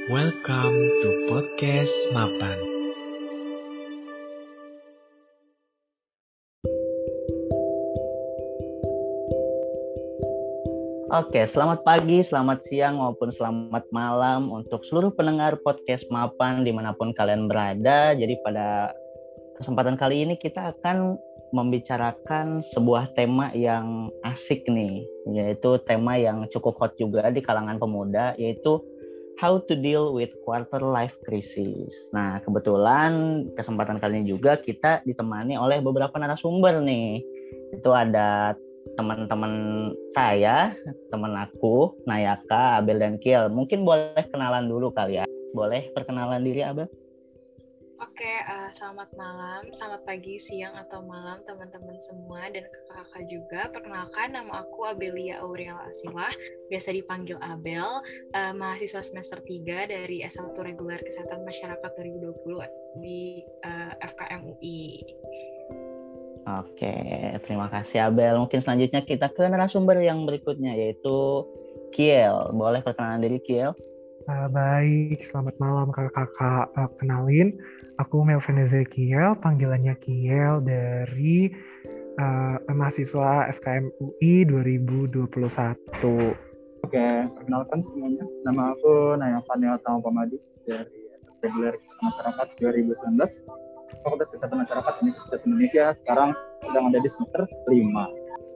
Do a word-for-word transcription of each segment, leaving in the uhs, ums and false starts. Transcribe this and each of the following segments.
Welcome to podcast Mapan. Oke, selamat pagi, selamat siang, maupun selamat malam untuk seluruh pendengar podcast Mapan dimanapun kalian berada. Jadi pada kesempatan kali ini kita akan membicarakan sebuah tema yang asik nih, yaitu tema yang cukup hot juga di kalangan pemuda, yaitu how to deal with quarter life crisis. Nah, kebetulan kesempatan kali ini juga kita ditemani oleh beberapa narasumber nih. Itu ada teman-teman saya, teman aku, Nayaka, Abel, dan Kiel. Mungkin boleh kenalan dulu kali ya. Boleh perkenalan diri, Abel? Oke, uh, selamat malam, selamat pagi, siang, atau malam teman-teman semua dan kakak-kakak juga. Perkenalkan, nama aku Abelia Auriel Asilah, biasa dipanggil Abel, uh, mahasiswa semester tiga dari S satu Reguler Kesehatan Masyarakat dua ribu dua puluh di uh, F K M U I. Oke, terima kasih Abel. Mungkin selanjutnya kita ke narasumber yang berikutnya, yaitu Kiel. Boleh perkenalan diri, Kiel? Uh, baik, selamat malam kakak-kakak. Uh, kenalin, aku Melvin Ezekiel, panggilannya Kiel dari uh, mahasiswa F K M U I dua ribu dua puluh satu. Oke, perkenalkan semuanya. Nama aku Naya Fanel Pamadi dari Reguler Masyarakat dua ribu sembilan belas, Fakultas Kesehatan Masyarakat Universitas Indonesia. Sekarang sedang ada di semester lima.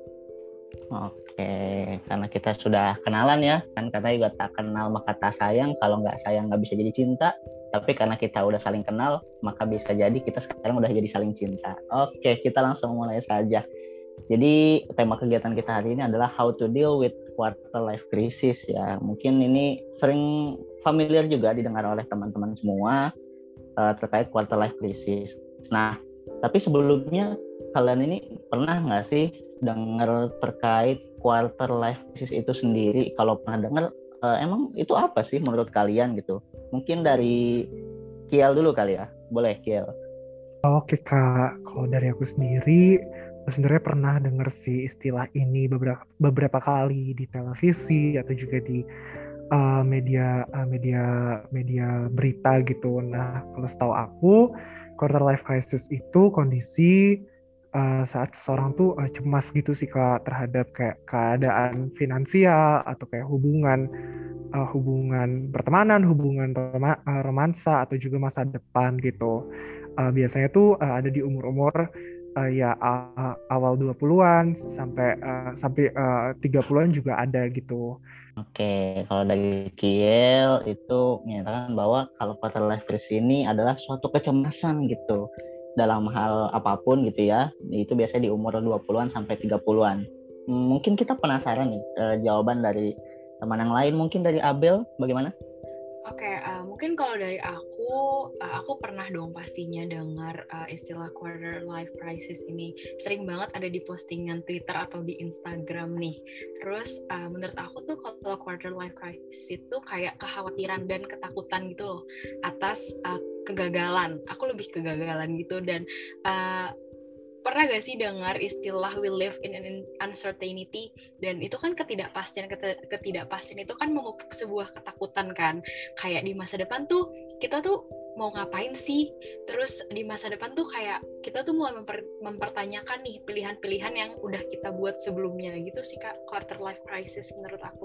Oke, karena kita sudah kenalan ya, kan katanya juga tak kenal maka tak sayang, kalau nggak sayang nggak bisa jadi cinta, tapi karena kita udah saling kenal, maka bisa jadi kita sekarang udah jadi saling cinta. Oke, kita langsung mulai saja. Jadi tema kegiatan kita hari ini adalah how to deal with quarter life crisis ya. Mungkin ini sering familiar juga didengar oleh teman-teman semua uh, terkait quarter life crisis. Nah, tapi sebelumnya kalian ini pernah nggak sih dengar terkait quarter life crisis itu sendiri? Kalau pernah dengar, uh, emang itu apa sih menurut kalian gitu? Mungkin dari Kiel dulu kali ya. Boleh Kiel? Oke kak, kalau dari aku sendiri, sebenarnya pernah dengar sih istilah ini beberapa beberapa kali di televisi atau juga di uh, media uh, media media berita gitu. Nah, kalau setahu aku, quarter life crisis itu kondisi uh, saat seseorang tuh uh, cemas gitu sih kak terhadap kayak keadaan finansial atau kayak hubungan uh, hubungan pertemanan, hubungan roma- uh, romansa atau juga masa depan gitu. Uh, biasanya tuh uh, ada di umur-umur uh, ya uh, awal dua puluhan sampai uh, sampai uh, tiga puluhan juga ada gitu. Oke, kalau dari Kiel itu menyatakan bahwa kalau quarter life crisis ini adalah suatu kecemasan gitu dalam hal apapun gitu ya. Itu biasanya di umur dua puluhan sampai tiga puluhan. Hmm, Mungkin kita penasaran nih eh, jawaban dari teman yang lain. Mungkin dari Abel bagaimana? Oke, uh, mungkin kalau dari aku, uh, aku pernah dong pastinya dengar uh, istilah quarter life crisis ini. Sering banget ada di postingan Twitter atau di Instagram nih. Terus uh, menurut aku tuh kalau quarter life crisis itu kayak kekhawatiran dan ketakutan gitu loh atas uh, kegagalan. Aku lebih kegagalan gitu dan uh, pernah gak sih dengar istilah we live in an uncertainty, dan itu kan ketidakpastian ketidakpastian itu kan memupuk sebuah ketakutan kan, kayak di masa depan tuh kita tuh mau ngapain sih, terus di masa depan tuh kayak kita tuh mulai memper, mempertanyakan nih pilihan-pilihan yang udah kita buat sebelumnya gitu sih kak, quarter life crisis menurut aku.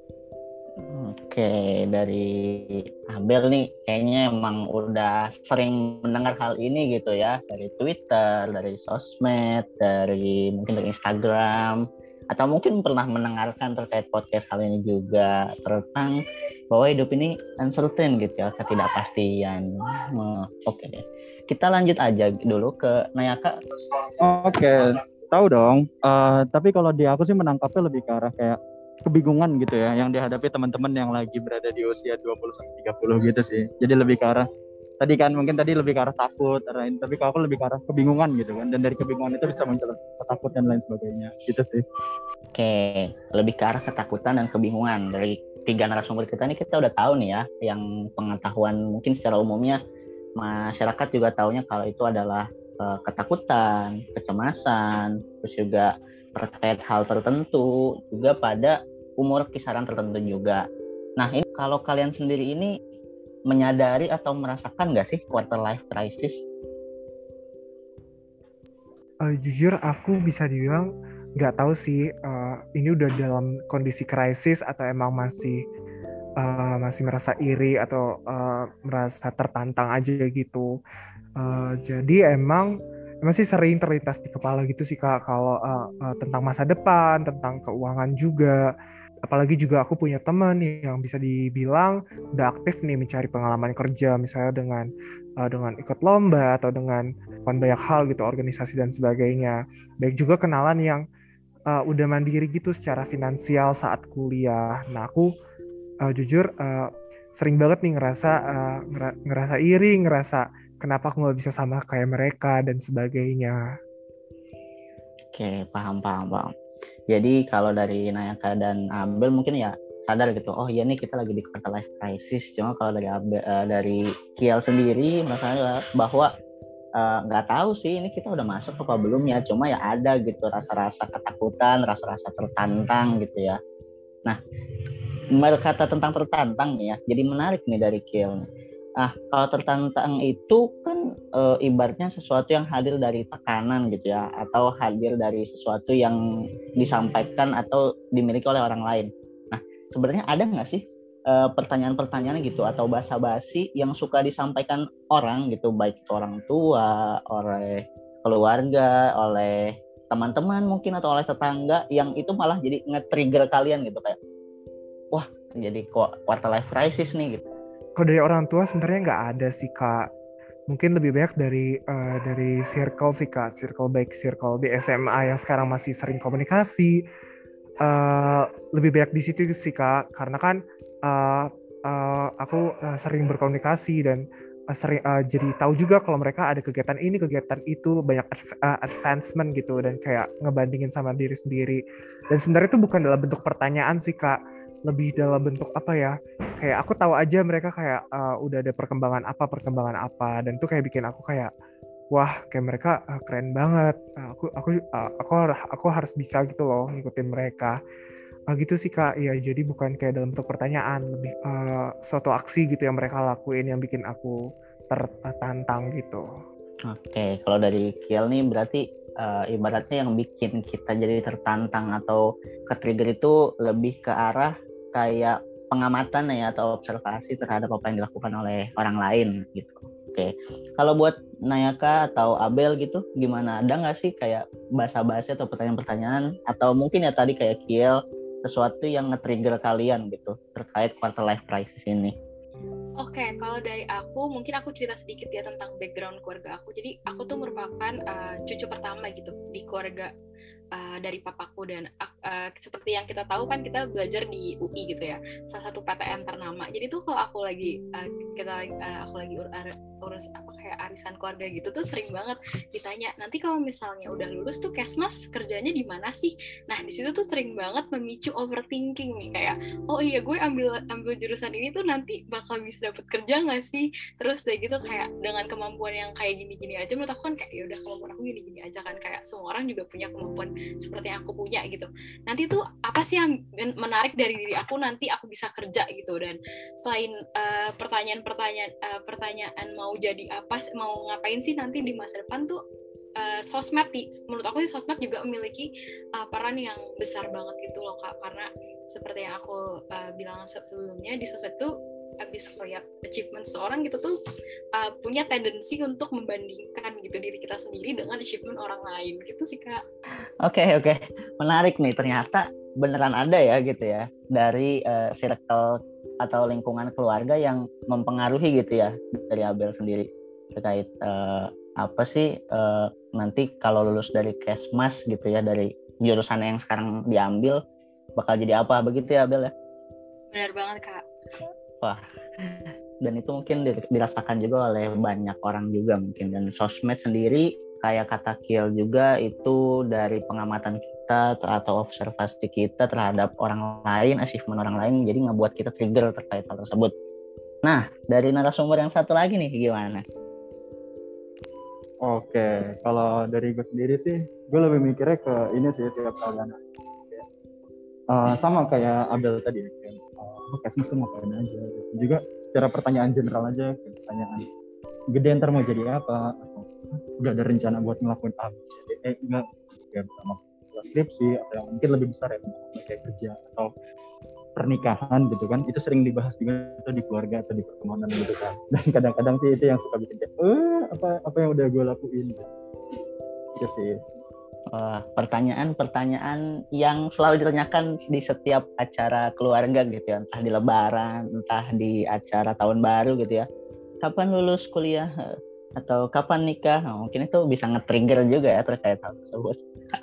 Oke, dari Abel nih kayaknya emang udah sering mendengar hal ini gitu ya, dari Twitter, dari sosmed, dari mungkin dari Instagram, atau mungkin pernah mendengarkan terkait podcast hal ini juga tentang bahwa hidup ini uncertain gitu ya, ketidakpastian. Oh, Oke, kita lanjut aja dulu ke Nayaka. Oke, tahu dong. Uh, tapi kalau di aku sih menangkapnya lebih ke arah kayak kebingungan gitu ya, yang dihadapi teman-teman yang lagi berada di usia dua puluh sampai tiga puluh gitu sih. Jadi lebih ke arah tadi kan mungkin tadi lebih ke arah takut, arah ini, tapi kalau aku lebih ke arah kebingungan gitu kan. Dan dari kebingungan itu bisa muncul ketakutan dan lain sebagainya. Gitu sih. Oke, lebih ke arah ketakutan dan kebingungan. Dari tiga narasumber kita ini kita udah tahu nih ya, yang pengetahuan mungkin secara umumnya masyarakat juga taunya kalau itu adalah uh, ketakutan, kecemasan, terus juga terkait hal tertentu, juga pada umur kisaran tertentu juga. Nah, ini kalau kalian sendiri ini menyadari atau merasakan nggak sih quarter life crisis? Uh, jujur aku bisa dibilang nggak tahu sih uh, ini udah dalam kondisi krisis atau emang masih uh, masih merasa iri atau uh, merasa tertantang aja gitu. Uh, jadi emang masih sering terlintas di kepala gitu sih Kak kalau uh, uh, tentang masa depan, tentang keuangan juga. Apalagi juga aku punya teman yang bisa dibilang udah aktif nih mencari pengalaman kerja misalnya dengan uh, dengan ikut lomba atau dengan melakukan banyak hal gitu, organisasi dan sebagainya. Baik juga kenalan yang uh, udah mandiri gitu secara finansial saat kuliah. Nah aku uh, jujur uh, sering banget nih ngerasa uh, ngera- ngerasa iri, ngerasa kenapa aku nggak bisa sama kayak mereka dan sebagainya. Oke, paham, paham, paham. Jadi kalau dari Nayaka dan Abel mungkin ya sadar gitu, oh iya nih kita lagi di quarter life crisis. Cuma kalau dari Abel, uh, dari Kiel sendiri merasa bahwa nggak uh, tahu sih ini kita udah masuk apa belum ya. Cuma ya ada gitu rasa-rasa ketakutan, rasa-rasa tertantang gitu ya. Nah, berkata tentang tertantang nih ya, jadi menarik nih dari Kiel. Ah, kalau tertantang itu kan e, ibaratnya sesuatu yang hadir dari tekanan gitu ya, atau hadir dari sesuatu yang disampaikan atau dimiliki oleh orang lain. Nah, sebenarnya ada nggak sih e, pertanyaan-pertanyaan gitu atau basa-basi yang suka disampaikan orang gitu, baik itu orang tua, oleh keluarga, oleh teman-teman mungkin atau oleh tetangga yang itu malah jadi nge-trigger kalian gitu kayak, wah jadi quarter life crisis nih gitu. Kalau dari orang tua sebenarnya nggak ada sih Kak. Mungkin lebih banyak dari uh, dari circle sih Kak, circle baik circle di S M A yang sekarang masih sering komunikasi. Uh, lebih banyak di situ sih Kak, karena kan uh, uh, aku uh, sering berkomunikasi dan uh, sering uh, jadi tahu juga kalau mereka ada kegiatan ini, kegiatan itu, banyak adv- uh, advancement gitu dan kayak ngebandingin sama diri sendiri. Dan sebenarnya itu bukan dalam bentuk pertanyaan sih Kak, lebih dalam bentuk apa ya? Kayak aku tahu aja mereka kayak uh, udah ada perkembangan apa, perkembangan apa, dan itu kayak bikin aku kayak wah kayak mereka uh, keren banget. Uh, aku aku uh, aku aku harus bisa gitu loh ngikutin mereka. Uh, gitu sih Kak. Ya jadi bukan kayak dalam bentuk pertanyaan, lebih uh, suatu aksi gitu yang mereka lakuin yang bikin aku tertantang gitu. Oke, kalau dari Kiel nih berarti uh, ibaratnya yang bikin kita jadi tertantang atau ke-trigger itu lebih ke arah kayak pengamatan ya atau observasi terhadap apa yang dilakukan oleh orang lain gitu. Oke, kalau buat Nayaka atau Abel gitu gimana? Ada nggak sih kayak basa-basi atau pertanyaan-pertanyaan atau mungkin ya tadi kayak Kiel sesuatu yang nge-trigger kalian gitu terkait quarter life crisis ini? Oke, okay, kalau dari aku mungkin aku cerita sedikit ya tentang background keluarga aku. Jadi aku tuh merupakan uh, cucu pertama gitu di keluarga uh, dari papaku dan uh, seperti yang kita tahu kan kita belajar di U I gitu ya, salah satu P T N ternama. Jadi tuh kalau aku lagi uh, kita uh, aku lagi ur- urus apa kayak arisan keluarga gitu tuh sering banget ditanya, nanti kalau misalnya udah lulus tuh Kesmas kerjanya di mana sih? Nah di situ tuh sering banget memicu overthinking nih kayak, oh iya gue ambil ambil jurusan ini tuh nanti bakal bisa dapet kerja nggak sih? Terus kayak gitu kayak dengan kemampuan yang kayak gini-gini aja menurut aku kan kayak ya udah kemampuan aku gini-gini aja kan, kayak semua orang juga punya kemampuan seperti yang aku punya gitu. Nanti tuh apa sih yang menarik dari diri aku nanti aku bisa kerja gitu. Dan selain uh, pertanyaan-pertanyaan uh, pertanyaan mau jadi apa, mau ngapain sih nanti di masa depan tuh, uh, sosmed di, menurut aku sih sosmed juga memiliki uh, peran yang besar banget gitu loh Kak, karena seperti yang aku uh, bilang sebelumnya di sosmed tuh habis lihat achievement seorang gitu tuh uh, punya tendensi untuk membandingkan gitu diri kita sendiri dengan achievement orang lain gitu sih Kak. Oke, okay, oke, okay. Menarik nih, ternyata beneran ada ya gitu ya dari uh, circle atau lingkungan keluarga yang mempengaruhi gitu ya dari Abel sendiri terkait uh, apa sih uh, nanti kalau lulus dari Kesmas gitu ya, dari jurusan yang sekarang diambil bakal jadi apa begitu ya Abel ya? Benar banget Kak. Wah, dan itu mungkin dirasakan juga oleh banyak orang juga mungkin. Dan sosmed sendiri kayak kata Kiel juga itu dari pengamatan kita atau observasi kita terhadap orang lain, achievement orang lain, jadi ngebuat kita trigger terkait hal tersebut. Nah, dari narasumber yang satu lagi nih gimana? Oke, kalau dari gue sendiri sih, gue lebih mikirnya ke ini sih tiap kalian. Uh, sama kayak Abel tadi, kan. Uh, Kesmas tuh ngapain aja. Gitu. Juga secara pertanyaan general aja, kayak pertanyaan gede ntar mau jadi apa, atau udah ada rencana buat ngelakuin A, B, C, D, E, enggak, kayak masalah skripsi, atau yang mungkin lebih besar ya, kayak kerja atau pernikahan gitu kan, itu sering dibahas juga atau di keluarga atau di pertemanan gitu kan. Dan kadang-kadang sih itu yang suka bikin kayak, eh apa apa yang udah gue lakuin gitu. Itu sih. Wah, pertanyaan-pertanyaan yang selalu ditanyakan di setiap acara keluarga gitu ya, entah di lebaran, entah di acara tahun baru gitu ya. Kapan lulus kuliah atau kapan nikah? Nah, mungkin itu bisa nge-trigger juga ya terkait hal tersebut.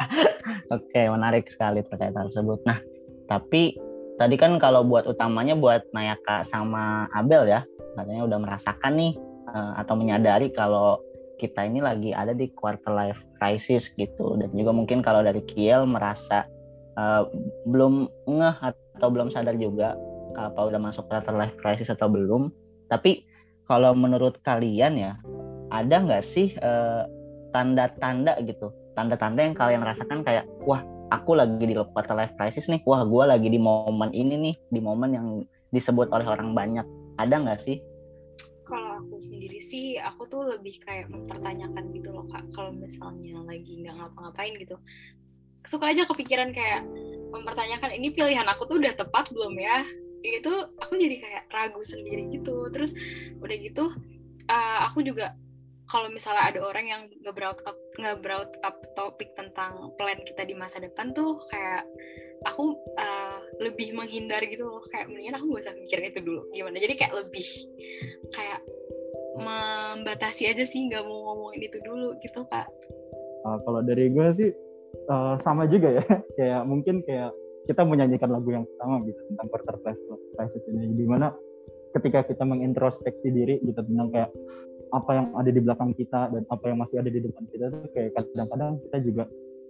Oke, menarik sekali terkait hal tersebut. Nah, tapi tadi kan kalau buat utamanya buat Nayaka sama Abel ya, katanya udah merasakan nih atau menyadari kalau kita ini lagi ada di quarter life crisis gitu, dan juga mungkin kalau dari Kiel merasa uh, belum ngeh atau belum sadar juga apa udah masuk quarter life crisis atau belum. Tapi kalau menurut kalian ya, ada nggak sih uh, tanda-tanda gitu, tanda-tanda yang kalian rasakan kayak wah aku lagi di quarter life crisis nih, wah gue lagi di momen ini nih, di momen yang disebut oleh orang banyak, ada nggak sih? Kalau aku sendiri sih, aku tuh lebih kayak mempertanyakan gitu loh Kak. Kalau misalnya lagi nggak ngapa-ngapain gitu, suka aja kepikiran kayak mempertanyakan ini pilihan aku tuh udah tepat belum ya? Itu aku jadi kayak ragu sendiri gitu. Terus udah gitu, uh, aku juga kalau misalnya ada orang yang nge-brought up, nge-brought up topik tentang plan kita di masa depan tuh kayak aku uh, lebih menghindar gitu loh, kayak mendingan aku gak usah mikirin itu dulu gimana, jadi kayak lebih kayak membatasi aja sih, nggak mau ngomongin itu dulu gitu Kak. Uh, kalau dari gue sih uh, sama juga ya, kayak mungkin kayak kita menyanyikan lagu yang sama gitu tentang quarter life crisis ini, dimana ketika kita mengintrospeksi diri gitu tentang kayak apa yang ada di belakang kita dan apa yang masih ada di depan kita tuh kayak kadang-kadang kita juga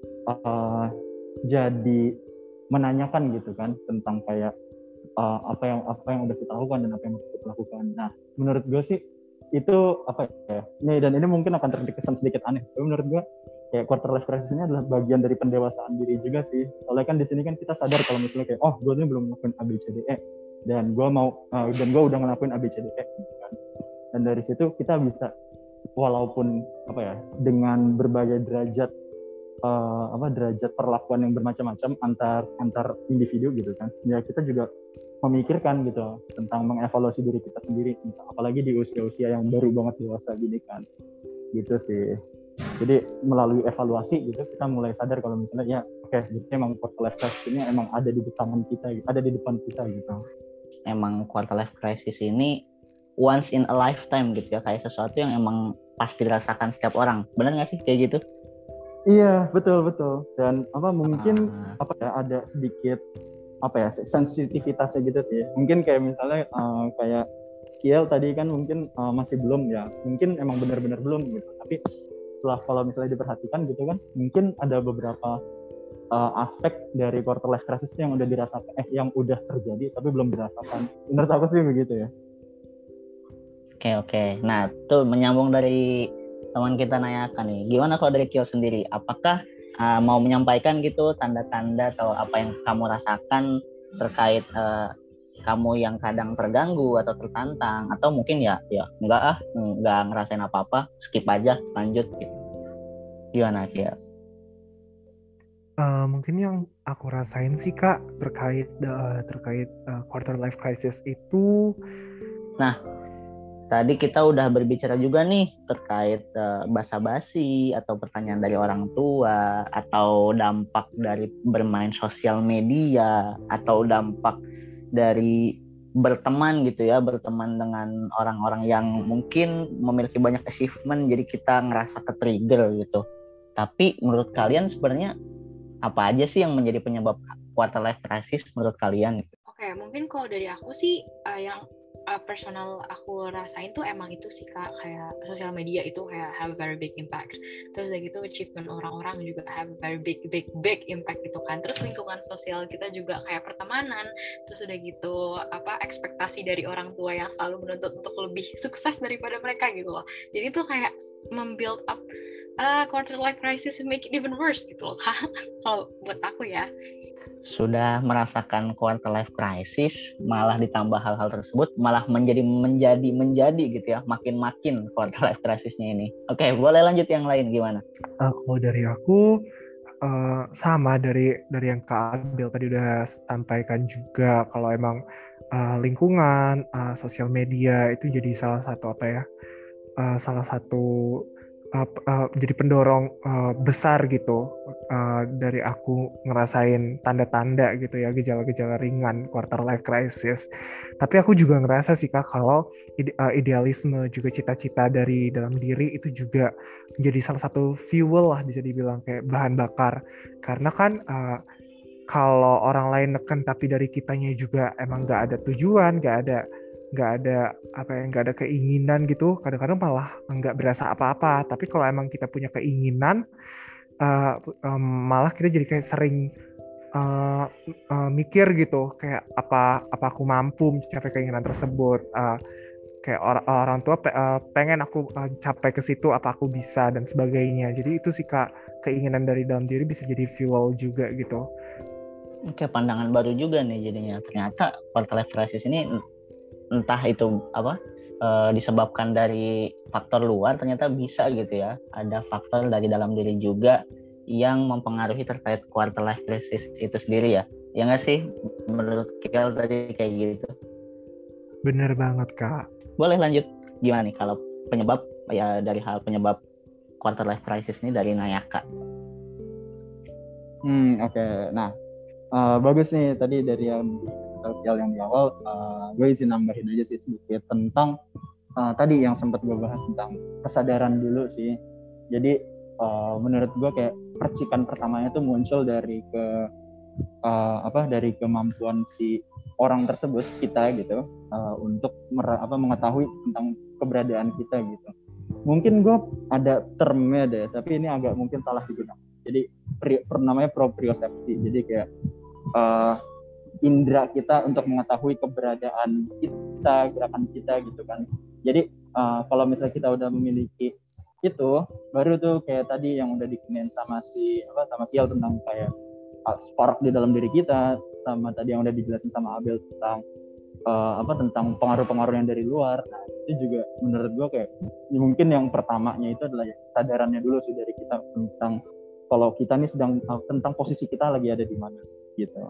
uh, jadi menanyakan gitu kan tentang kayak uh, apa yang apa yang udah kita lakukan dan apa yang kita lakukan. Nah, menurut gue sih itu apa ya? Ini dan ini mungkin akan terkesan sedikit aneh. Tapi menurut gue kayak quarter life crisis ini adalah bagian dari pendewasaan diri juga sih. Soalnya kan di sini kan kita sadar kalau misalnya kayak oh gue ini belum ngelakuin A B C D E dan gue mau uh, dan gue udah ngelakuin A B C D E gitu kan. Dan dari situ kita bisa walaupun apa ya dengan berbagai derajat uh, apa derajat perlakuan yang bermacam-macam antar antar individu gitu kan, ya kita juga memikirkan gitu tentang mengevaluasi diri kita sendiri, apalagi di usia-usia yang baru banget dewasa gini kan, gitu sih. Jadi melalui evaluasi gitu kita mulai sadar kalau misalnya ya oke okay, jadi emang quarter life crisis ini emang ada di depan kita, ada di depan kita gitu. Emang quarter life crisis ini once in a lifetime gitu ya, kayak sesuatu yang emang pasti dirasakan setiap orang. Benar nggak sih kayak gitu? Iya, betul betul. Dan apa mungkin ah. apa ya ada sedikit apa ya sensitivitasnya gitu sih. Mungkin kayak misalnya uh, kayak Kiel tadi kan mungkin uh, masih belum ya. Mungkin emang benar-benar belum gitu. Tapi setelah kalau misalnya diperhatikan gitu kan, mungkin ada beberapa uh, aspek dari quarter life crisis yang udah dirasakan eh yang udah terjadi tapi belum dirasakan. Menurut aku sih begitu ya. Oke oke. Nah, tuh menyambung dari teman kita Nayaka nih. Gimana kalau dari Kiel sendiri? Apakah uh, mau menyampaikan gitu tanda-tanda atau apa yang kamu rasakan terkait uh, kamu yang kadang terganggu atau tertantang, atau mungkin ya ya enggak ah enggak ngerasain apa-apa, skip aja lanjut gitu. Gimana Kiel? Uh, mungkin yang aku rasain sih Kak terkait uh, terkait uh, quarter life crisis itu. Nah, tadi kita udah berbicara juga nih terkait uh, basa-basi atau pertanyaan dari orang tua, atau dampak dari bermain sosial media, atau dampak dari berteman gitu ya, berteman dengan orang-orang yang mungkin memiliki banyak achievement, jadi kita ngerasa ke-trigger gitu. Tapi menurut kalian sebenarnya apa aja sih yang menjadi penyebab quarter life crisis menurut kalian? Oke, okay, mungkin kalau dari aku sih uh, yang uh, personal aku rasain tuh emang itu sih Kak, kayak sosial media itu kayak have a very big impact. Terus udah gitu achievement orang-orang juga have a very big big big impact gitu kan. Terus lingkungan sosial kita juga kayak pertemanan. Terus udah gitu apa ekspektasi dari orang tua yang selalu menuntut untuk lebih sukses daripada mereka gitu loh. Jadi itu kayak membuild up uh, quarter life crisis make it even worse gitu loh Kak. Kalau buat aku ya. sudah merasakan quarter life crisis, malah ditambah hal-hal tersebut, malah menjadi menjadi menjadi gitu ya, makin-makin quarter life crisisnya ini. Oke, boleh lanjut yang lain gimana? Uh, kalau dari aku uh, sama dari dari yang Kak Abel tadi udah sampaikan juga, kalau emang uh, lingkungan, uh, sosial media itu jadi salah satu apa ya, uh, salah satu uh, uh, jadi pendorong uh, besar gitu, uh, dari aku ngerasain tanda-tanda gitu ya, gejala-gejala ringan quarter life crisis. Tapi aku juga ngerasa sih Kak, kalau ide- uh, idealisme juga cita-cita dari dalam diri itu juga menjadi salah satu fuel lah, bisa dibilang kayak bahan bakar. Karena kan uh, kalau orang lain neken tapi dari kitanya juga emang nggak ada tujuan, nggak ada nggak ada apa ya, nggak ada keinginan gitu, kadang-kadang malah nggak berasa apa-apa. Tapi kalau emang kita punya keinginan, uh, um, malah kita jadi kayak sering uh, uh, mikir gitu, kayak apa apa aku mampu mencapai keinginan tersebut. Uh, kayak or- orang tua pe- uh, pengen aku uh, capai ke situ, apa aku bisa dan sebagainya. Jadi itu sih Kak, keinginan dari dalam diri bisa jadi fuel juga gitu. Oke, pandangan baru juga nih jadinya. Ternyata quarter life crisis ini entah itu apa e, disebabkan dari faktor luar, ternyata bisa gitu ya. Ada faktor dari dalam diri juga yang mempengaruhi terkait quarter life crisis itu sendiri ya. Ya nggak sih? Menurut Kiel tadi kayak gitu. Bener banget Kak. Boleh lanjut gimana nih kalau penyebab ya, dari hal penyebab quarter life crisis ini dari Nayaka. Hmm, oke. Okay. Nah, uh, bagus nih tadi dari yang di yang di awal, uh, gue izin nambahin aja sih sedikit tentang uh, tadi yang sempat gue bahas tentang kesadaran dulu sih. Jadi uh, menurut gue kayak percikan pertamanya tuh muncul dari ke uh, apa dari kemampuan si orang tersebut, kita gitu, uh, untuk mer- apa mengetahui tentang keberadaan kita gitu. Mungkin gue ada termnya deh, tapi ini agak mungkin salah digunakan. Jadi pri, namanya propriosepsi. Jadi kayak uh, indera kita untuk mengetahui keberadaan kita, gerakan kita gitu kan. Jadi uh, kalau misalnya kita udah memiliki itu, baru tuh kayak tadi yang udah dikenain sama si apa sama Kiel tentang kayak uh, spark di dalam diri kita, sama tadi yang udah dijelasin sama Abel tentang uh, apa tentang pengaruh-pengaruh yang dari luar. Nah, itu juga menurut gue kayak ya mungkin yang pertamanya itu adalah ya, kesadarannya dulu sih dari kita tentang kalau kita nih sedang uh, tentang posisi kita lagi ada di mana gitu.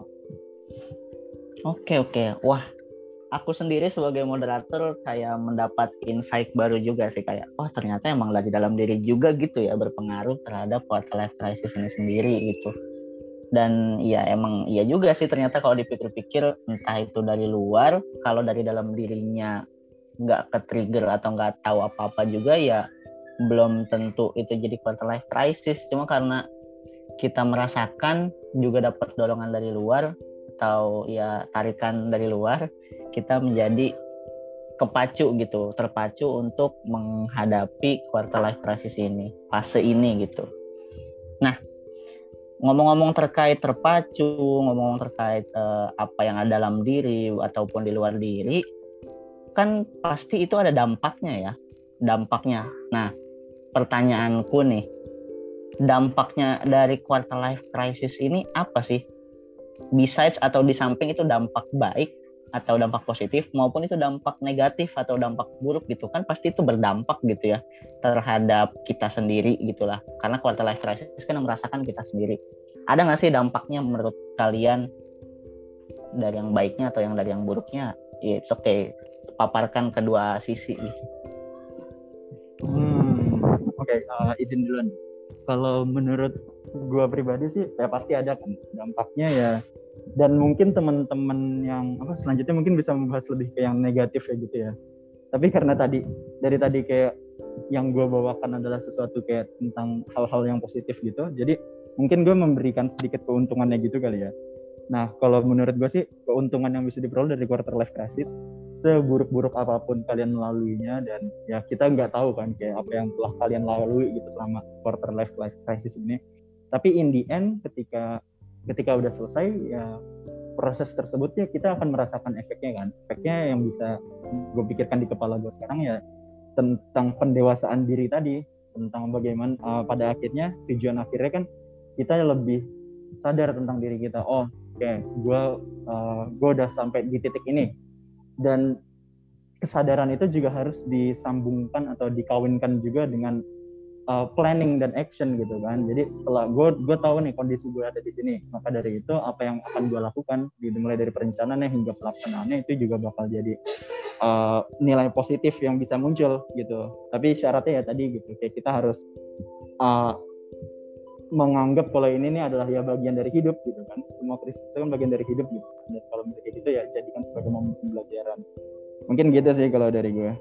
Oke oke, wah, aku sendiri sebagai moderator kayak mendapat insight baru juga sih, kayak wah ternyata emang lagi dalam diri juga gitu ya, berpengaruh terhadap quarter life crisis ini sendiri gitu. Dan ya emang iya juga sih, ternyata kalau dipikir-pikir entah itu dari luar, kalau dari dalam dirinya nggak ke trigger atau nggak tahu apa-apa juga ya belum tentu itu jadi quarter life crisis. Cuma karena kita merasakan juga dapat dorongan dari luar atau ya tarikan dari luar, kita menjadi kepacu gitu, terpacu untuk menghadapi quarter life crisis ini, fase ini gitu. Nah, ngomong-ngomong terkait terpacu, ngomong-ngomong terkait uh, apa yang ada dalam diri ataupun di luar diri, kan pasti itu ada dampaknya ya, dampaknya. Nah, pertanyaanku nih, dampaknya dari quarter life crisis ini apa sih? Besides atau di samping itu dampak baik atau dampak positif maupun itu dampak negatif atau dampak buruk gitu, kan pasti itu berdampak gitu ya terhadap kita sendiri gitulah, karena quarter life crisis kan yang merasakan kita sendiri. Ada nggak sih dampaknya menurut kalian, dari yang baiknya atau yang dari yang buruknya? It's okay, paparkan kedua sisi. Hmm, oke, okay, uh, izin duluan. Kalau menurut gue pribadi sih, ya pasti ada kan dampaknya ya. Dan mungkin teman-teman yang apa selanjutnya mungkin bisa membahas lebih ke yang negatif ya gitu ya. Tapi karena tadi dari tadi kayak yang gue bawakan adalah sesuatu kayak tentang hal-hal yang positif gitu. Jadi mungkin gue memberikan sedikit keuntungannya gitu kali ya. Nah, kalau menurut gue sih keuntungan yang bisa diperoleh dari quarter life crisis, seburuk-buruk apapun kalian melaluinya, dan ya kita nggak tahu kan kayak apa yang telah kalian lalui gitu selama quarter life crisis ini. Tapi in the end, ketika ketika udah selesai ya proses tersebutnya kita akan merasakan efeknya kan. Efeknya yang bisa gue pikirkan di kepala gue sekarang ya tentang pendewasaan diri tadi, tentang bagaimana uh, pada akhirnya tujuan akhirnya kan kita lebih sadar tentang diri kita. Oh, oke, gue uh, gue udah sampai di titik ini. Dan kesadaran itu juga harus disambungkan atau dikawinkan juga dengan uh, planning dan action gitu kan. Jadi setelah gue gue tahu nih kondisi gue ada di sini, maka dari itu apa yang akan gue lakukan, gitu, mulai dari perencanaannya hingga pelaksanaannya itu juga bakal jadi uh, nilai positif yang bisa muncul gitu. Tapi syaratnya ya tadi gitu, kayak kita harus uh, menganggap kalau ini nih adalah ya bagian dari hidup gitu kan. Semua krisis itu kan bagian dari hidup gitu. Dan kalau kayak gitu ya jadikan sebagai momen pembelajaran. Mungkin gitu sih kalau dari gue.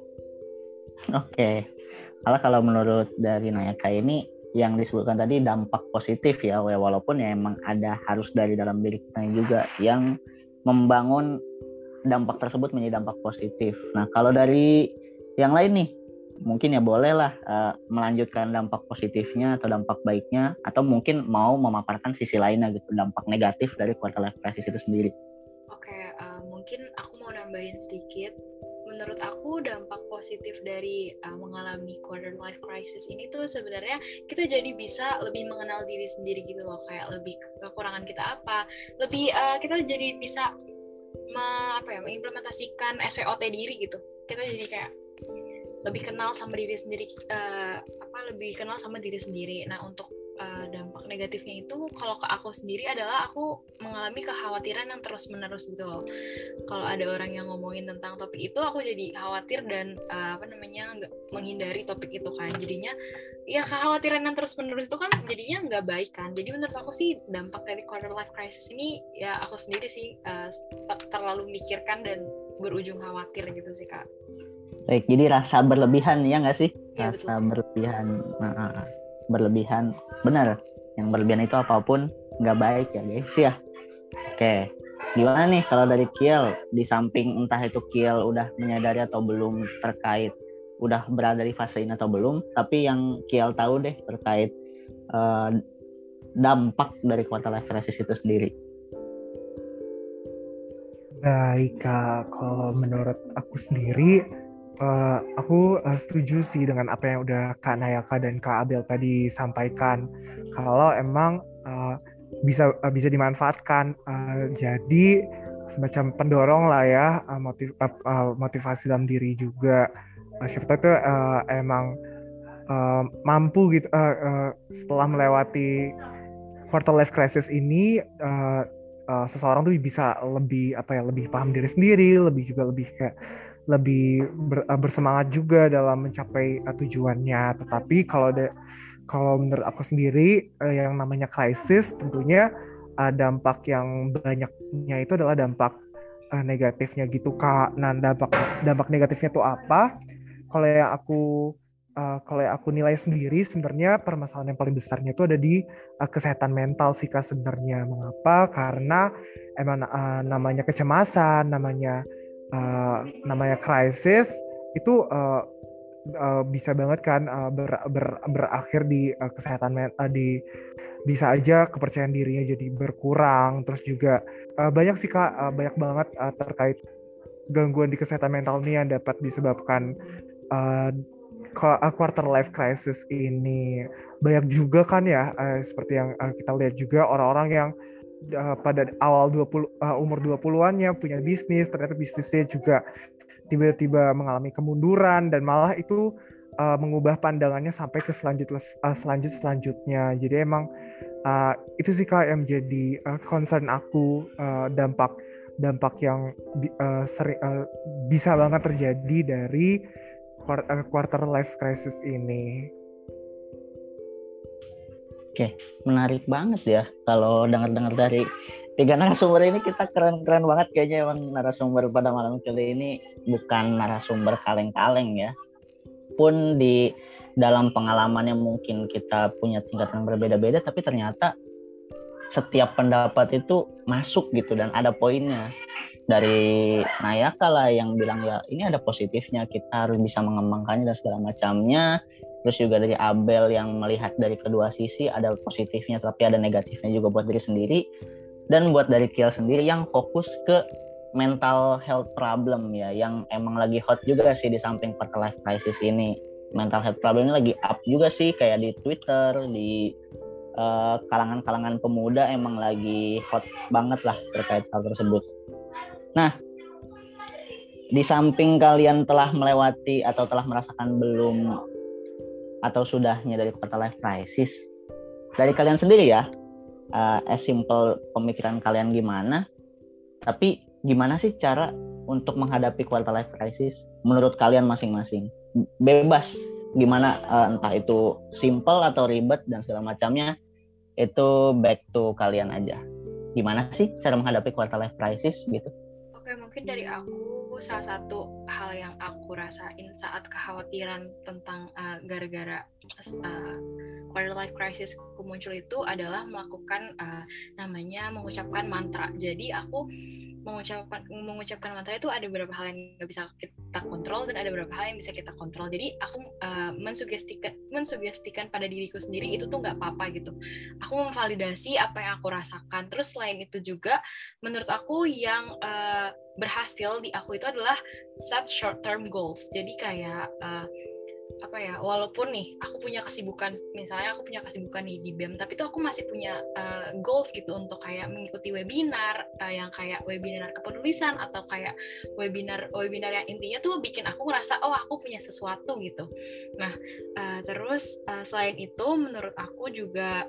Oke, kalau kalau menurut dari Nayaka ini yang disebutkan tadi dampak positif ya, walaupun ya emang ada harus dari dalam diri kita juga yang membangun dampak tersebut menjadi dampak positif. Nah kalau dari yang lain nih, mungkin ya bolehlah uh, melanjutkan dampak positifnya atau dampak baiknya, atau mungkin mau memaparkan sisi lainnya gitu, dampak negatif dari quarter life crisis itu sendiri. Oke, uh, mungkin aku mau nambahin sedikit. Menurut aku dampak positif dari uh, mengalami quarter life crisis ini tuh sebenarnya kita jadi bisa lebih mengenal diri sendiri gitu loh, kayak lebih kekurangan kita apa, lebih uh, kita jadi bisa me, apa ya, mengimplementasikan S W O T diri gitu. Kita jadi kayak lebih kenal sama diri sendiri, uh, apa lebih kenal sama diri sendiri. Nah untuk uh, dampak negatifnya itu kalau ke aku sendiri adalah aku mengalami kekhawatiran yang terus menerus gitu loh. Kalau ada orang yang ngomongin tentang topik itu, aku jadi khawatir dan uh, apa namanya nggak menghindari topik itu kan. Jadinya ya kekhawatiran yang terus menerus itu kan jadinya nggak baik kan. Jadi menurut aku sih dampak dari quarter life crisis ini ya aku sendiri sih uh, terlalu mikirkan dan berujung khawatir gitu sih Kak. Baik, jadi rasa berlebihan ya nggak sih? Ya, Rasa betul. berlebihan, nah, berlebihan, benar. Yang berlebihan itu apapun nggak baik ya guys ya. Oke, gimana nih kalau dari Kiel, di samping entah itu Kiel udah menyadari atau belum terkait, udah berada di fase ini atau belum, tapi yang Kiel tahu deh terkait uh, dampak dari quarter life crisis itu sendiri. Baik Kak, kalau menurut aku sendiri, uh, aku uh, setuju sih dengan apa yang udah Kak Nayaka dan Kak Abel tadi sampaikan. Kalau emang uh, bisa uh, bisa dimanfaatkan, uh, jadi semacam pendorong lah ya, uh, motiv, uh, uh, motivasi dalam diri juga. Uh, siapa tahu itu uh, emang uh, mampu gitu uh, uh, setelah melewati quarter life crisis ini. Uh, uh, seseorang tuh bisa lebih apa ya lebih paham diri sendiri, lebih juga lebih kayak lebih ber, uh, bersemangat juga dalam mencapai uh, tujuannya. Tetapi kalau de, kalau menurut aku sendiri uh, yang namanya krisis tentunya uh, dampak yang banyaknya itu adalah dampak uh, negatifnya gitu Kak. Nah dampak dampak negatifnya itu apa? Kalau yang aku uh, kalau yang aku nilai sendiri sebenarnya permasalahan yang paling besarnya itu ada di uh, kesehatan mental sih Kak sebenarnya. Mengapa? Karena emang uh, namanya kecemasan, namanya uh, namanya krisis itu uh, uh, bisa banget kan uh, ber, ber, berakhir di uh, kesehatan mental, uh, di bisa aja kepercayaan dirinya jadi berkurang. Terus juga uh, banyak sih Kak, uh, banyak banget uh, terkait gangguan di kesehatan mental ini yang dapat disebabkan uh, quarter life crisis ini. Banyak juga kan ya uh, seperti yang uh, kita lihat juga orang-orang yang uh, pada awal dua puluh uh, umur dua puluhan-nya punya bisnis, ternyata bisnisnya juga tiba-tiba mengalami kemunduran dan malah itu uh, mengubah pandangannya sampai ke selanjut uh, selanjut selanjutnya. Jadi emang uh, itu sih Kak yang menjadi uh, concern aku, uh, dampak dampak yang uh, seri, uh, bisa banget terjadi dari quarter life crisis ini. Oke, menarik banget ya kalau dengar-dengar dari tiga narasumber ini. Kita keren-keren banget kayaknya. Emang narasumber pada malam kali ini bukan narasumber kaleng-kaleng ya. Pun di dalam pengalamannya mungkin kita punya tingkatan berbeda-beda, tapi ternyata setiap pendapat itu masuk gitu dan ada poinnya. Dari Nayaka lah yang bilang ya ini ada positifnya, kita harus bisa mengembangkannya dan segala macamnya. Terus juga dari Abel yang melihat dari kedua sisi, ada positifnya tapi ada negatifnya juga buat diri sendiri. Dan buat dari Kiel sendiri yang fokus ke mental health problem ya, yang emang lagi hot juga sih di samping quarter life crisis ini. Mental health problem ini lagi up juga sih, kayak di Twitter, di eh, kalangan-kalangan pemuda emang lagi hot banget lah terkait hal tersebut. Nah, di samping kalian telah melewati atau telah merasakan belum atau sudahnya dari quarter life crisis, dari kalian sendiri ya, uh, as simple pemikiran kalian gimana, tapi gimana sih cara untuk menghadapi quarter life crisis menurut kalian masing-masing? Bebas gimana, uh, entah itu simple atau ribet dan segala macamnya, itu back to kalian aja. Gimana sih cara menghadapi quarter life crisis gitu? Oke, mungkin dari aku salah satu hal yang aku rasain saat kekhawatiran tentang uh, gara-gara uh, quarter life crisis muncul itu adalah melakukan uh, namanya mengucapkan mantra. Jadi aku mengucapkan mengucapkan mantra itu ada beberapa hal yang nggak bisa kita kontrol dan ada beberapa hal yang bisa kita kontrol. Jadi aku uh, mensugestikan mensugestikan pada diriku sendiri itu tuh nggak apa-apa gitu. Aku memvalidasi apa yang aku rasakan. Terus selain itu juga menurut aku yang uh, berhasil di aku itu adalah set short term goals. Jadi kayak uh, apa ya, walaupun nih aku punya kesibukan, misalnya aku punya kesibukan nih di B E M, tapi tuh aku masih punya uh, goals gitu untuk kayak mengikuti webinar uh, yang kayak webinar kepenulisan atau kayak webinar webinar yang intinya tuh bikin aku ngerasa oh aku punya sesuatu gitu. Nah uh, terus uh, selain itu menurut aku juga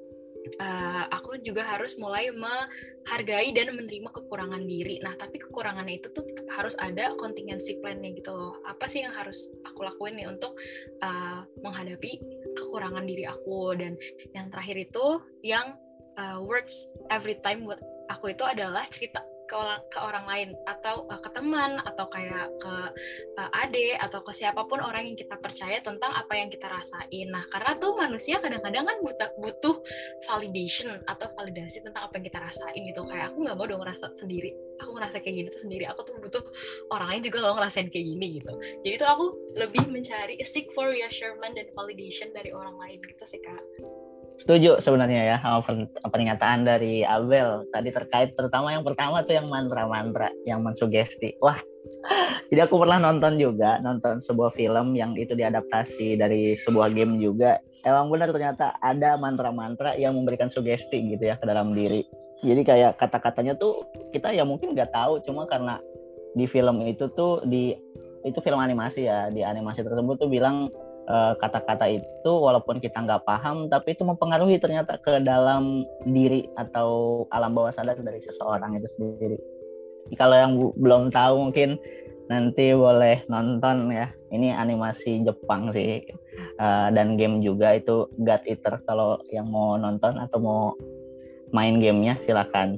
Uh, aku juga harus mulai menghargai dan menerima kekurangan diri. Nah, tapi kekurangannya itu tuh harus ada contingency plan-nya gitu loh. Apa sih yang harus aku lakuin nih untuk uh, menghadapi kekurangan diri aku. Dan yang terakhir itu yang uh, works every time buat aku itu adalah cerita ke orang, ke orang lain atau uh, ke teman atau kayak ke uh, adik atau ke siapapun orang yang kita percaya tentang apa yang kita rasain. Nah, karena tuh manusia kadang-kadang kan butuh, butuh validation atau validasi tentang apa yang kita rasain gitu. Kayak aku nggak mau dong ngerasa sendiri. Aku ngerasa kayak gini tuh sendiri. Aku tuh butuh orang lain juga loh ngerasain kayak gini gitu. Jadi tuh aku lebih mencari seek for reassurance dan validation dari orang lain gitu sih, Kak. Setuju sebenarnya ya sama pernyataan dari Abel tadi terkait terutama yang pertama tuh yang mantra-mantra yang mensugesti. Wah, jadi aku pernah nonton juga nonton sebuah film yang itu diadaptasi dari sebuah game juga. Emang benar ternyata ada mantra-mantra yang memberikan sugesti gitu ya ke dalam diri. Jadi kayak kata-katanya tuh kita ya mungkin nggak tahu, cuma karena di film itu tuh di itu film animasi ya, di animasi tersebut tuh bilang Uh, kata-kata itu walaupun kita nggak paham tapi itu mempengaruhi ternyata ke dalam diri atau alam bawah sadar dari seseorang itu sendiri. Jadi, kalau yang bu- belum tahu mungkin nanti boleh nonton ya, ini animasi Jepang sih, uh, dan game juga itu God Eater. Kalau yang mau nonton atau mau main gamenya silakan.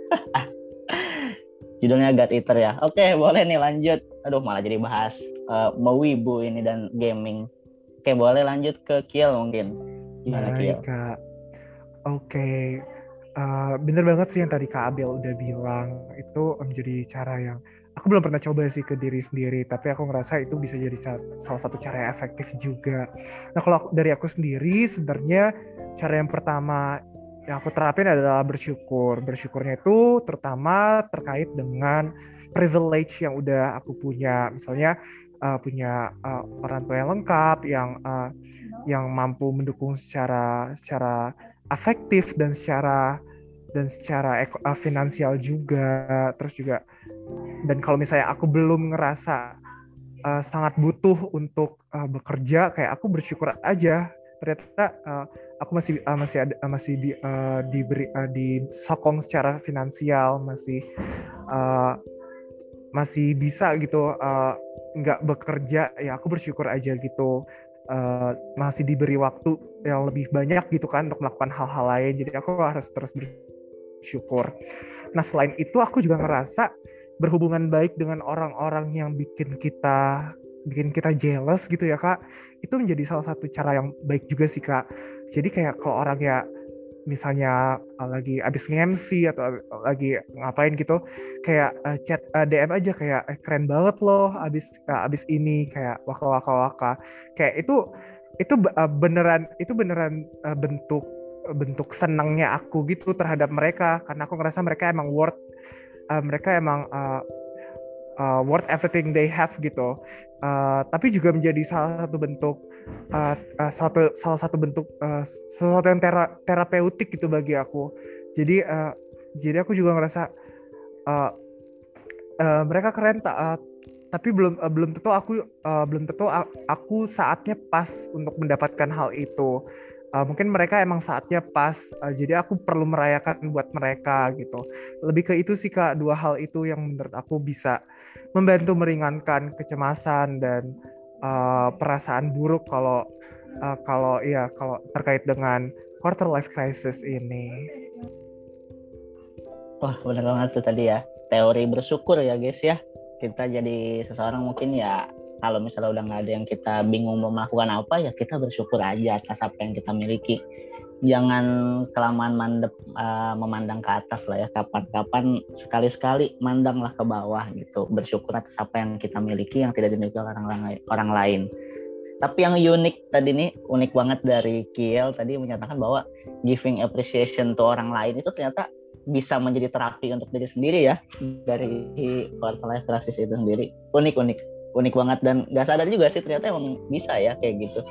Judulnya God Eater ya. Oke, boleh nih lanjut. Aduh, malah jadi bahas uh, mewibu ini dan gaming. Oke, boleh lanjut ke Kiel mungkin. Gimana Kiel? Baik, Kak. Oke, uh, bener banget sih yang tadi Kak Abel udah bilang. Itu menjadi cara yang aku belum pernah coba sih ke diri sendiri, tapi aku ngerasa itu bisa jadi salah satu cara yang efektif juga. Nah, kalau aku, dari aku sendiri, sebenarnya cara yang pertama yang aku terapin adalah bersyukur. Bersyukurnya itu terutama terkait dengan privilege yang udah aku punya. Misalnya uh, punya uh, orang tua yang lengkap, yang uh, yang mampu mendukung secara secara efektif dan secara dan secara eko, uh, finansial juga. Terus juga, dan kalau misalnya aku belum ngerasa uh, sangat butuh untuk uh, bekerja, kayak aku bersyukur aja ternyata uh, aku masih uh, masih ada uh, masih di, uh, diberi uh, disokong secara finansial, masih uh, masih bisa gitu uh, nggak bekerja, ya aku bersyukur aja gitu. Uh, masih diberi waktu yang lebih banyak gitu kan untuk melakukan hal-hal lain, jadi aku harus terus bersyukur. Nah, selain itu aku juga ngerasa berhubungan baik dengan orang-orang yang bikin kita bikin kita jealous gitu ya Kak, itu menjadi salah satu cara yang baik juga sih Kak. Jadi kayak kalau orang ya misalnya uh, lagi abis nge-M C atau lagi ngapain gitu, kayak uh, chat uh, D M aja kayak eh, keren banget loh abis uh, abis ini, kayak waka waka waka, kayak itu itu uh, beneran itu beneran uh, bentuk bentuk senangnya aku gitu terhadap mereka, karena aku ngerasa mereka emang worth uh, mereka emang uh, uh, worth everything they have gitu. Uh, tapi juga menjadi salah satu bentuk uh, uh, satu salah satu bentuk uh, sesuatu yang tera, terapeutik gitu bagi aku. Jadi uh, jadi aku juga ngerasa uh, uh, mereka keren tak uh, tapi belum uh, belum tentu aku uh, belum tentu aku saatnya pas untuk mendapatkan hal itu. Uh, mungkin mereka emang saatnya pas, uh, jadi aku perlu merayakan buat mereka gitu. Lebih ke itu sih Kak, dua hal itu yang menurut aku bisa membantu meringankan kecemasan dan uh, perasaan buruk kalau uh, kalau ya kalau terkait dengan quarter life crisis ini. Wah, benar banget tuh tadi ya. Teori bersyukur ya guys ya. Kita jadi seseorang mungkin ya kalau misalnya udah nggak ada yang kita bingung mau melakukan apa ya kita bersyukur aja atas apa yang kita miliki. Jangan kelamaan mandep uh, memandang ke atas lah ya. Kapan-kapan sekali-sekali mandanglah ke bawah gitu. Bersyukur atas apa yang kita miliki yang tidak dimiliki orang lain. Orang lain. Tapi yang unik tadi nih, unik banget dari Kiel tadi menyatakan bahwa giving appreciation to orang lain itu ternyata bisa menjadi terapi untuk diri sendiri ya, dari quarter life crisis itu sendiri. Unik, unik, unik banget dan gak sadar juga sih ternyata emang bisa ya kayak gitu.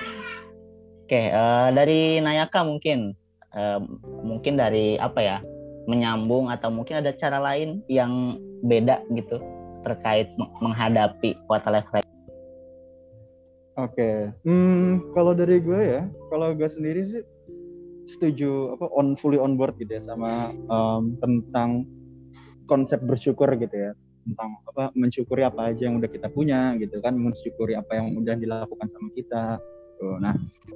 Oke, uh, dari Nayaka mungkin, uh, mungkin dari apa ya, menyambung atau mungkin ada cara lain yang beda gitu terkait menghadapi quarter life crisis. Oke, okay. hmm, kalau dari gue ya, kalau gue sendiri sih setuju apa on fully on board gitu ya sama um, tentang konsep bersyukur gitu ya, tentang apa mensyukuri apa aja yang udah kita punya gitu kan, mensyukuri apa yang udah dilakukan sama kita. Tuh, nah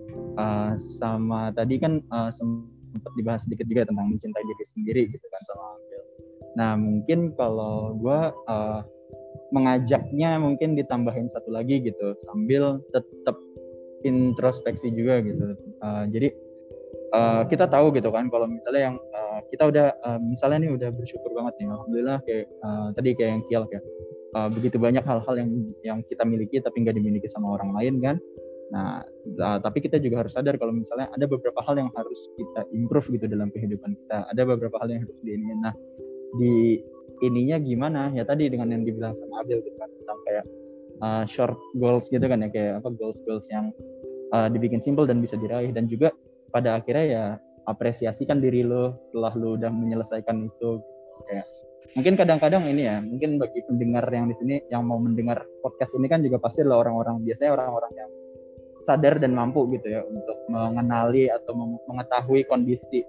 uh, sama tadi kan uh, sempat dibahas sedikit juga tentang mencintai diri sendiri gitu kan sama Angel. Nah mungkin kalau gue uh, mengajaknya mungkin ditambahin satu lagi gitu sambil tetap introspeksi juga gitu. Uh, jadi uh, kita tahu gitu kan kalau misalnya yang uh, kita udah uh, misalnya nih udah bersyukur banget nih, alhamdulillah kayak uh, tadi kayak yang Kiel kayak uh, begitu banyak hal-hal yang yang kita miliki tapi nggak dimiliki sama orang lain kan. Nah, uh, tapi kita juga harus sadar kalau misalnya ada beberapa hal yang harus kita improve gitu dalam kehidupan kita. Ada beberapa hal yang harus diingin. Nah, di ininya gimana ya tadi dengan yang dibilang sama Abel gitu kan tentang kayak uh, short goals gitu kan ya, kayak apa goals goals yang uh, dibikin simple dan bisa diraih, dan juga pada akhirnya ya apresiasikan diri lo setelah lo udah menyelesaikan itu. Kayak mungkin kadang-kadang ini ya, mungkin bagi pendengar yang di sini yang mau mendengar podcast ini kan juga pasti adalah orang-orang biasanya orang-orang yang sadar dan mampu gitu ya untuk mengenali atau mengetahui kondisi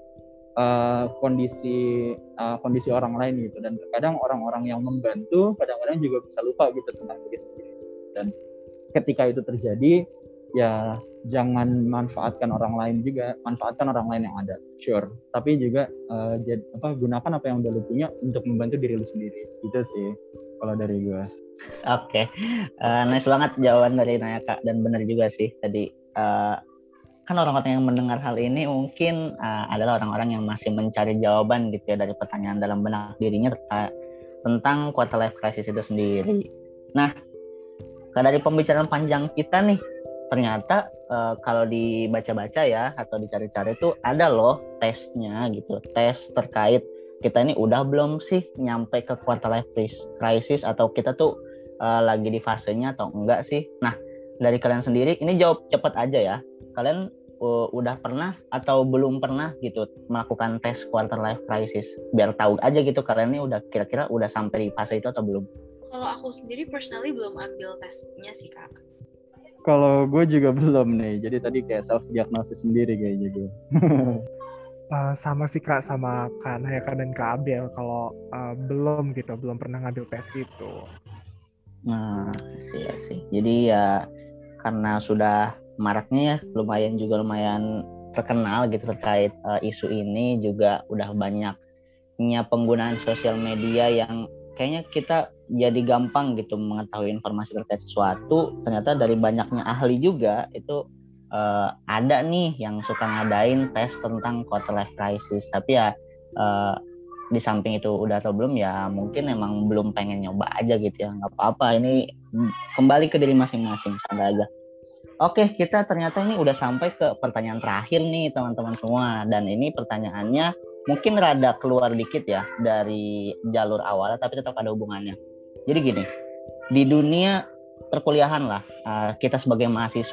Uh, kondisi uh, kondisi orang lain gitu, dan terkadang orang-orang yang membantu kadang-kadang juga bisa lupa gitu tentang diri sendiri, dan ketika itu terjadi ya jangan manfaatkan orang lain juga, manfaatkan orang lain yang ada sure, tapi juga uh, jad, apa gunakan apa yang udah lu punya untuk membantu diri lu sendiri. Itu sih kalau dari gue. Oke, okay. uh, nice banget jawaban dari Nayaka dan benar juga sih tadi. Uh, kan orang-orang yang mendengar hal ini mungkin uh, adalah orang-orang yang masih mencari jawaban gitu ya dari pertanyaan dalam benak dirinya terkait tentang quarter life crisis itu sendiri. Nah, dari pembicaraan panjang kita nih, ternyata uh, kalau dibaca-baca ya atau dicari-cari itu ada loh tesnya gitu, tes terkait kita ini udah belum sih nyampe ke quarter life crisis atau kita tuh uh, lagi di fasenya atau enggak sih. Nah, dari kalian sendiri ini jawab cepat aja ya. Kalian uh, udah pernah atau belum pernah gitu melakukan tes quarter life crisis, biar tahu aja gitu kalian ini udah kira-kira udah sampai di fase itu atau belum. Kalau aku sendiri personally belum ambil tesnya sih Kak. Kalau gue juga belum nih, jadi tadi kayak self diagnosis sendiri kayaknya gue. Uh, sama sih Kak, sama Kak Nayaka dan Kak Abel, kalau uh, belum gitu, belum pernah ngambil tes itu. Nah, sih ya sih. Jadi ya karena sudah maraknya ya, lumayan juga lumayan terkenal gitu terkait uh, isu ini, juga udah banyaknya penggunaan sosial media yang kayaknya kita jadi gampang gitu mengetahui informasi terkait sesuatu. Ternyata dari banyaknya ahli juga itu uh, ada nih yang suka ngadain tes tentang quarter life crisis. Tapi ya uh, di samping itu udah atau belum ya mungkin emang belum pengen nyoba aja gitu ya, nggak apa-apa, ini kembali ke diri masing-masing, santai aja. Oke, kita ternyata ini udah sampai ke pertanyaan terakhir nih teman-teman semua, dan ini pertanyaannya mungkin rada keluar dikit ya dari jalur awal tapi tetap ada hubungannya. Jadi gini, di dunia perkuliahan lah, kita sebagai mahasiswa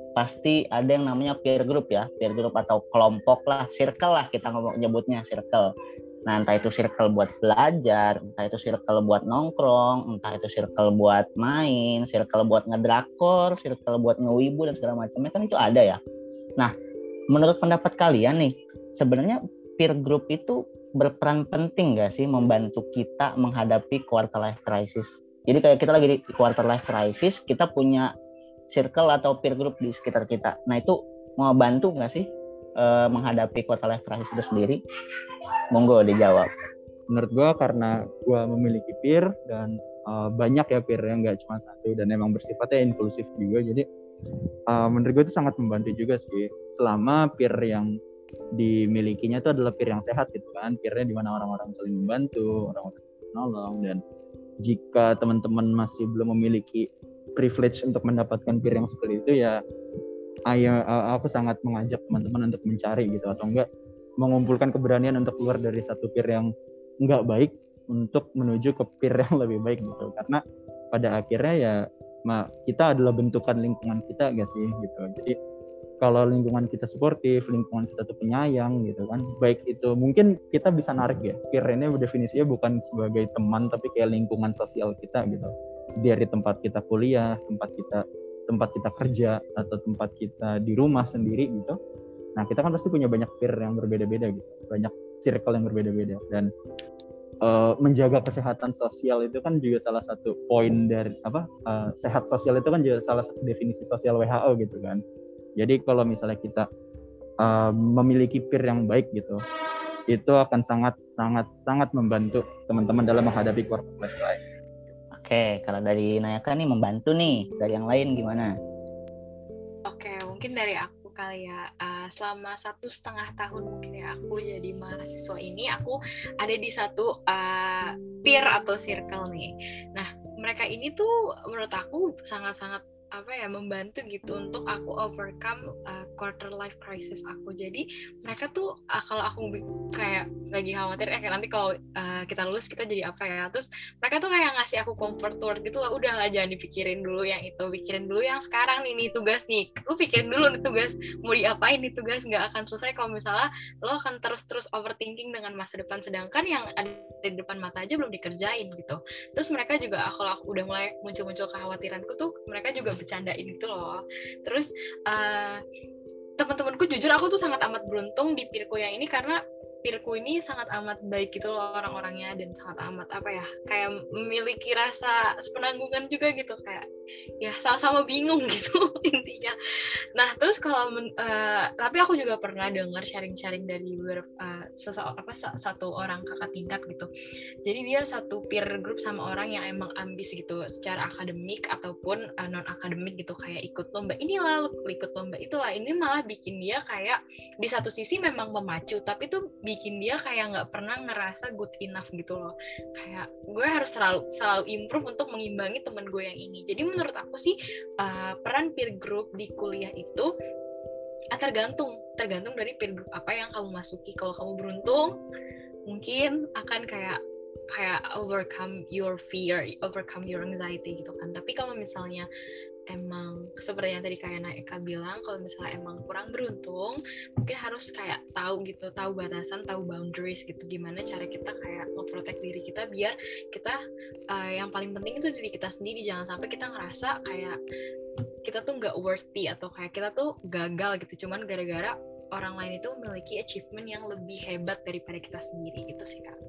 pasti ada yang namanya peer group ya, peer group atau kelompok lah, circle lah kita ngomong nyebutnya circle. Nah, entah itu circle buat belajar, entah itu circle buat nongkrong, entah itu circle buat main, circle buat ngedrakor, circle buat ngewibu dan segala macamnya, kan itu ada ya. Nah, menurut pendapat kalian nih, sebenarnya peer group itu berperan penting nggak sih membantu kita menghadapi quarter life crisis? Jadi kayak kita lagi di quarter life crisis, kita punya circle atau peer group di sekitar kita. Nah, itu mau bantu nggak sih eh, menghadapi quarter life crisis itu sendiri? Monggo dijawab. Menurut gue karena gue memiliki peer dan uh, banyak ya peer yang nggak cuma satu dan emang bersifatnya inklusif juga, jadi uh, menurut gue itu sangat membantu juga sih selama peer yang dimilikinya itu adalah peer yang sehat gitu kan, peernya di mana orang-orang saling membantu, orang-orang menolong. Dan jika teman-teman masih belum memiliki privilege untuk mendapatkan peer yang seperti itu, ya ayo, aku sangat mengajak teman-teman untuk mencari gitu, atau enggak mengumpulkan keberanian untuk keluar dari satu peer yang enggak baik untuk menuju ke peer yang lebih baik gitu. Karena pada akhirnya ya kita adalah bentukan lingkungan kita gak sih gitu. Jadi kalau lingkungan kita suportif, lingkungan kita tuh penyayang gitu kan, baik itu mungkin kita bisa narik ya, peer ini definisinya bukan sebagai teman tapi kayak lingkungan sosial kita gitu, dari tempat kita kuliah, tempat kita tempat kita kerja, atau tempat kita di rumah sendiri gitu. Nah, kita kan pasti punya banyak peer yang berbeda-beda gitu, banyak circle yang berbeda-beda. Dan uh, menjaga kesehatan sosial itu kan juga salah satu poin dari apa uh, sehat sosial itu kan juga salah satu definisi sosial W H O gitu kan. Jadi kalau misalnya kita uh, memiliki peer yang baik gitu, itu akan sangat sangat sangat membantu teman-teman dalam menghadapi quarter life crisis. Oke, kalau dari Nayaka nih membantu nih, dari yang lain gimana? Oke, mungkin dari aku kali ya, uh, selama satu setengah tahun mungkin ya aku jadi mahasiswa ini, aku ada di satu uh, peer atau circle nih. Nah, mereka ini tuh menurut aku sangat-sangat apa ya membantu gitu untuk aku overcome uh, quarter life crisis aku. Jadi mereka tuh uh, kalau aku kayak lagi khawatir eh nanti kalau uh, kita lulus kita jadi apa ya, terus mereka tuh kayak ngasih aku comfort word gitu lah, udahlah jangan dipikirin dulu yang itu, pikirin dulu yang sekarang nih, nih tugas nih, lu pikirin dulu nih tugas mau diapain nih, tugas nggak akan selesai kalau misalnya lo akan terus-terus overthinking dengan masa depan, sedangkan yang ada di depan mata aja belum dikerjain gitu. Terus mereka juga kalau aku udah mulai muncul-muncul kekhawatiranku tuh mereka juga bercandain gitu loh. Terus uh, teman-temanku jujur aku tuh sangat amat beruntung di peerku yang ini, karena peerku ini sangat amat baik gitu loh orang-orangnya, dan sangat amat apa ya kayak memiliki rasa sepenanggungan juga gitu, kayak ya sama-sama bingung gitu intinya. Nah terus kalau uh, tapi aku juga pernah dengar sharing-sharing dari uh, sesa- apa, satu orang kakak tingkat gitu. Jadi dia satu peer group sama orang yang emang ambis gitu secara akademik ataupun uh, non akademik gitu, kayak ikut lomba inilah, ikut lomba itulah. Ini malah bikin dia kayak di satu sisi memang memacu, tapi tuh bikin dia kayak nggak pernah ngerasa good enough gitu loh. Kayak gue harus selalu selalu improve untuk mengimbangi temen gue yang ini. Jadi menurut aku sih uh, peran peer group di kuliah itu tergantung tergantung dari peer group apa yang kamu masuki. Kalau kamu beruntung mungkin akan kayak kayak overcome your fear, overcome your anxiety gitu kan. Tapi kalau misalnya emang seperti yang tadi kayak Naika bilang, kalau misalnya emang kurang beruntung, mungkin harus kayak tahu gitu, tahu batasan, tahu boundaries gitu, gimana cara kita kayak nge-protect diri kita biar kita uh, yang paling penting itu diri kita sendiri. Jangan sampai kita ngerasa kayak kita tuh nggak worthy atau kayak kita tuh gagal gitu cuman gara-gara orang lain itu memiliki achievement yang lebih hebat daripada kita sendiri gitu sih Kak.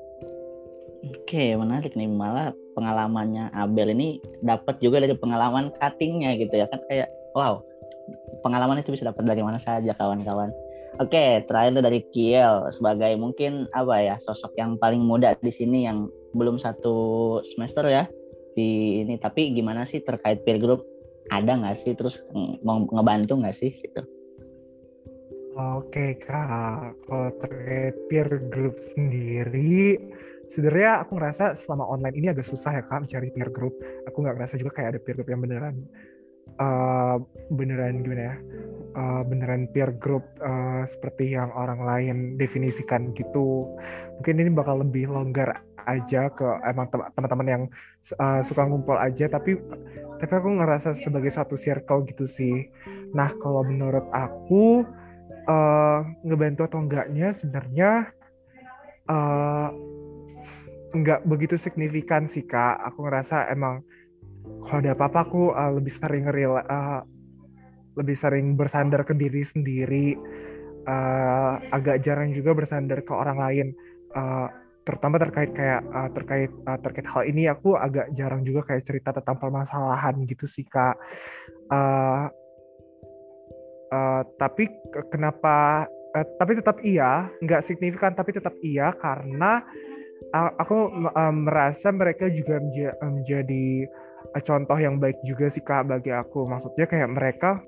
Oke, menarik nih, malah pengalamannya Abel ini dapat juga dari pengalaman cuttingnya gitu ya kan, kayak wow, pengalaman itu bisa dapat dari mana saja kawan-kawan. Oke, terakhir dari Kiel sebagai mungkin apa ya sosok yang paling muda di sini yang belum satu semester ya di ini, tapi gimana sih terkait peer group, ada nggak sih, terus mau ngebantu nggak sih gitu? Oke Kak, kalau terkait peer group sendiri, sebenarnya aku ngerasa selama online ini agak susah ya Kak mencari peer group. Aku nggak ngerasa juga kayak ada peer group yang beneran uh, beneran gimana ya, uh, beneran peer group uh, seperti yang orang lain definisikan gitu. Mungkin ini bakal lebih longgar aja ke emang teman-teman yang uh, suka ngumpul aja, tapi tapi aku ngerasa sebagai satu circle gitu sih. Nah, kalau menurut aku eh, ngebantu atau enggaknya sebenarnya eh, nggak begitu signifikan sih Kak. Aku ngerasa emang kalau ada apa-apa aku eh, lebih sering real, eh, lebih sering bersandar ke diri sendiri, eh, agak jarang juga bersandar ke orang lain. Eh, terutama terkait kayak eh, terkait eh, terkait hal ini aku agak jarang juga kayak cerita tentang permasalahan gitu sih Kak. Eh, eh, tapi ke- kenapa eh, tapi tetap iya, nggak signifikan tapi tetap iya karena a- aku eh, merasa mereka juga menja- menjadi eh, contoh yang baik juga sih Kak bagi aku. Maksudnya kayak mereka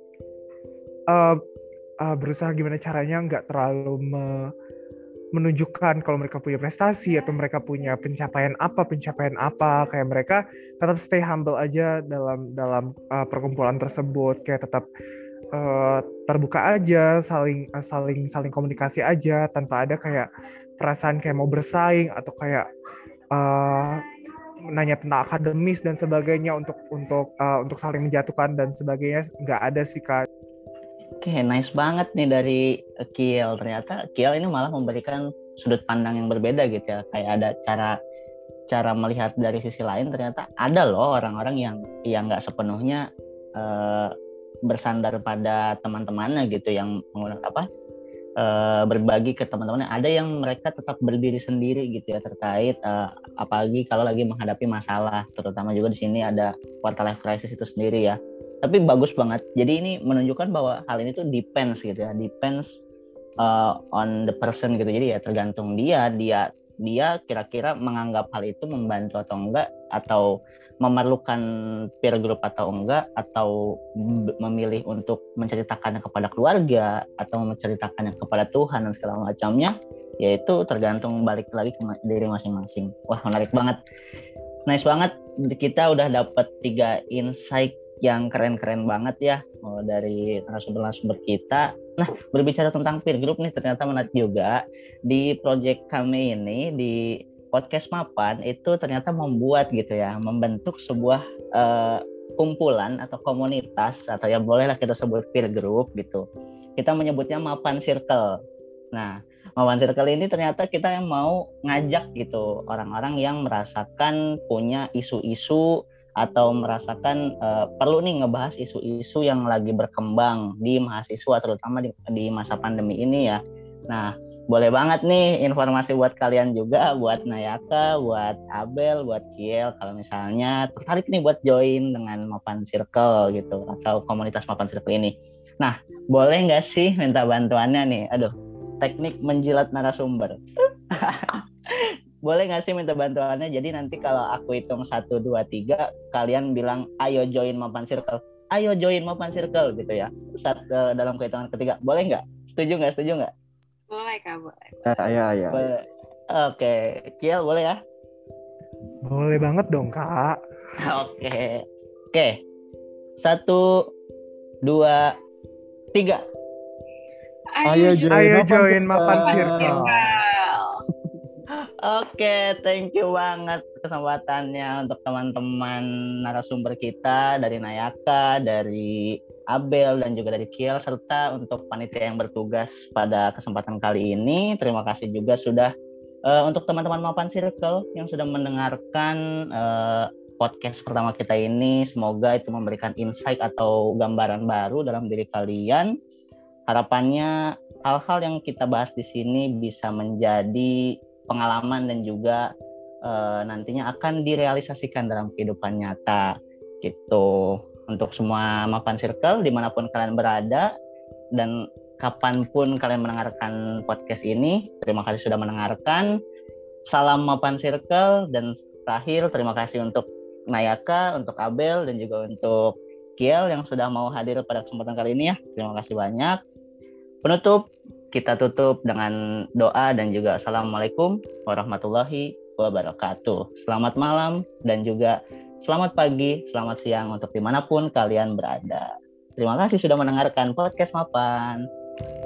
eh, eh, berusaha gimana caranya nggak terlalu me- menunjukkan kalau mereka punya prestasi atau mereka punya pencapaian apa pencapaian apa kayak mereka tetap stay humble aja dalam dalam uh, perkumpulan tersebut kayak tetap uh, terbuka aja saling uh, saling saling komunikasi aja tanpa ada kayak perasaan kayak mau bersaing atau kayak uh, nanya tentang akademis dan sebagainya untuk untuk uh, untuk saling menjatuhkan dan sebagainya nggak ada sih Kak. Oke, nice banget nih dari Kiel. Ternyata Kiel ini malah memberikan sudut pandang yang berbeda gitu ya. Kayak ada cara cara melihat dari sisi lain. Ternyata ada loh orang-orang yang yang nggak sepenuhnya uh, bersandar pada teman-temannya gitu, yang menggunakan apa uh, berbagi ke teman-temannya. Ada yang mereka tetap berdiri sendiri gitu ya terkait uh, apalagi kalau lagi menghadapi masalah. Terutama juga di sini ada quarter life crisis itu sendiri ya. Tapi bagus banget. Jadi ini menunjukkan bahwa hal ini tuh depends gitu ya, depends uh, on the person gitu. Jadi ya tergantung dia, dia dia kira-kira menganggap hal itu membantu atau enggak, atau memerlukan peer group atau enggak, atau b- memilih untuk menceritakannya kepada keluarga atau menceritakannya kepada Tuhan dan segala macamnya, yaitu tergantung balik lagi ke ma- diri masing-masing. Wah, menarik banget. Nice banget, kita udah dapat tiga insight yang keren-keren banget ya, oh, dari narasumber-narasumber kita. Nah, berbicara tentang peer group nih, ternyata menarik juga. Di project kami ini, di podcast Mapan, itu ternyata membuat gitu ya, membentuk sebuah uh, kumpulan atau komunitas, atau ya bolehlah kita sebut peer group gitu. Kita menyebutnya Mapan Circle. Nah, Mapan Circle ini ternyata kita yang mau ngajak gitu orang-orang yang merasakan punya isu-isu atau merasakan uh, perlu nih ngebahas isu-isu yang lagi berkembang di mahasiswa, terutama di, di masa pandemi ini ya. Nah, boleh banget nih informasi buat kalian juga, buat Nayaka, buat Abel, buat Kiel, kalau misalnya tertarik nih buat join dengan Mapan Circle gitu, atau komunitas Mapan Circle ini. Nah, boleh nggak sih minta bantuannya nih? Aduh, teknik menjilat narasumber. Boleh nggak sih minta bantuannya? Jadi nanti kalau aku hitung satu, dua, tiga, kalian bilang, ayo join Mapan Circle. Ayo join Mapan Circle gitu ya. Saat uh, dalam kehitungan ketiga. Boleh nggak? Setuju nggak? Setuju nggak? Boleh Kak, boleh. Ya, ya, ya. Boleh. Oke. Kiel, boleh ya? Boleh banget dong Kak. Oke. Oke. Satu, dua, tiga. Ayo join Ayo Mapan join Circle. Mapan Circle. Oke, thank you banget kesempatannya untuk teman-teman narasumber kita dari Nayaka, dari Abel, dan juga dari Kiel, serta untuk panitia yang bertugas pada kesempatan kali ini. Terima kasih juga sudah uh, untuk teman-teman Mapan Circle yang sudah mendengarkan uh, podcast pertama kita ini. Semoga itu memberikan insight atau gambaran baru dalam diri kalian. Harapannya hal-hal yang kita bahas di sini bisa menjadi pengalaman dan juga uh, nantinya akan direalisasikan dalam kehidupan nyata gitu. Untuk semua Mapan Circle dimanapun kalian berada dan kapanpun kalian mendengarkan podcast ini, terima kasih sudah mendengarkan. Salam Mapan Circle, dan terakhir terima kasih untuk Nayaka, untuk Abel, dan juga untuk Kiel yang sudah mau hadir pada kesempatan kali ini ya. Terima kasih banyak. Penutup, kita tutup dengan doa dan juga assalamualaikum warahmatullahi wabarakatuh. Selamat malam dan juga selamat pagi, selamat siang untuk dimanapun kalian berada. Terima kasih sudah mendengarkan podcast Mapan.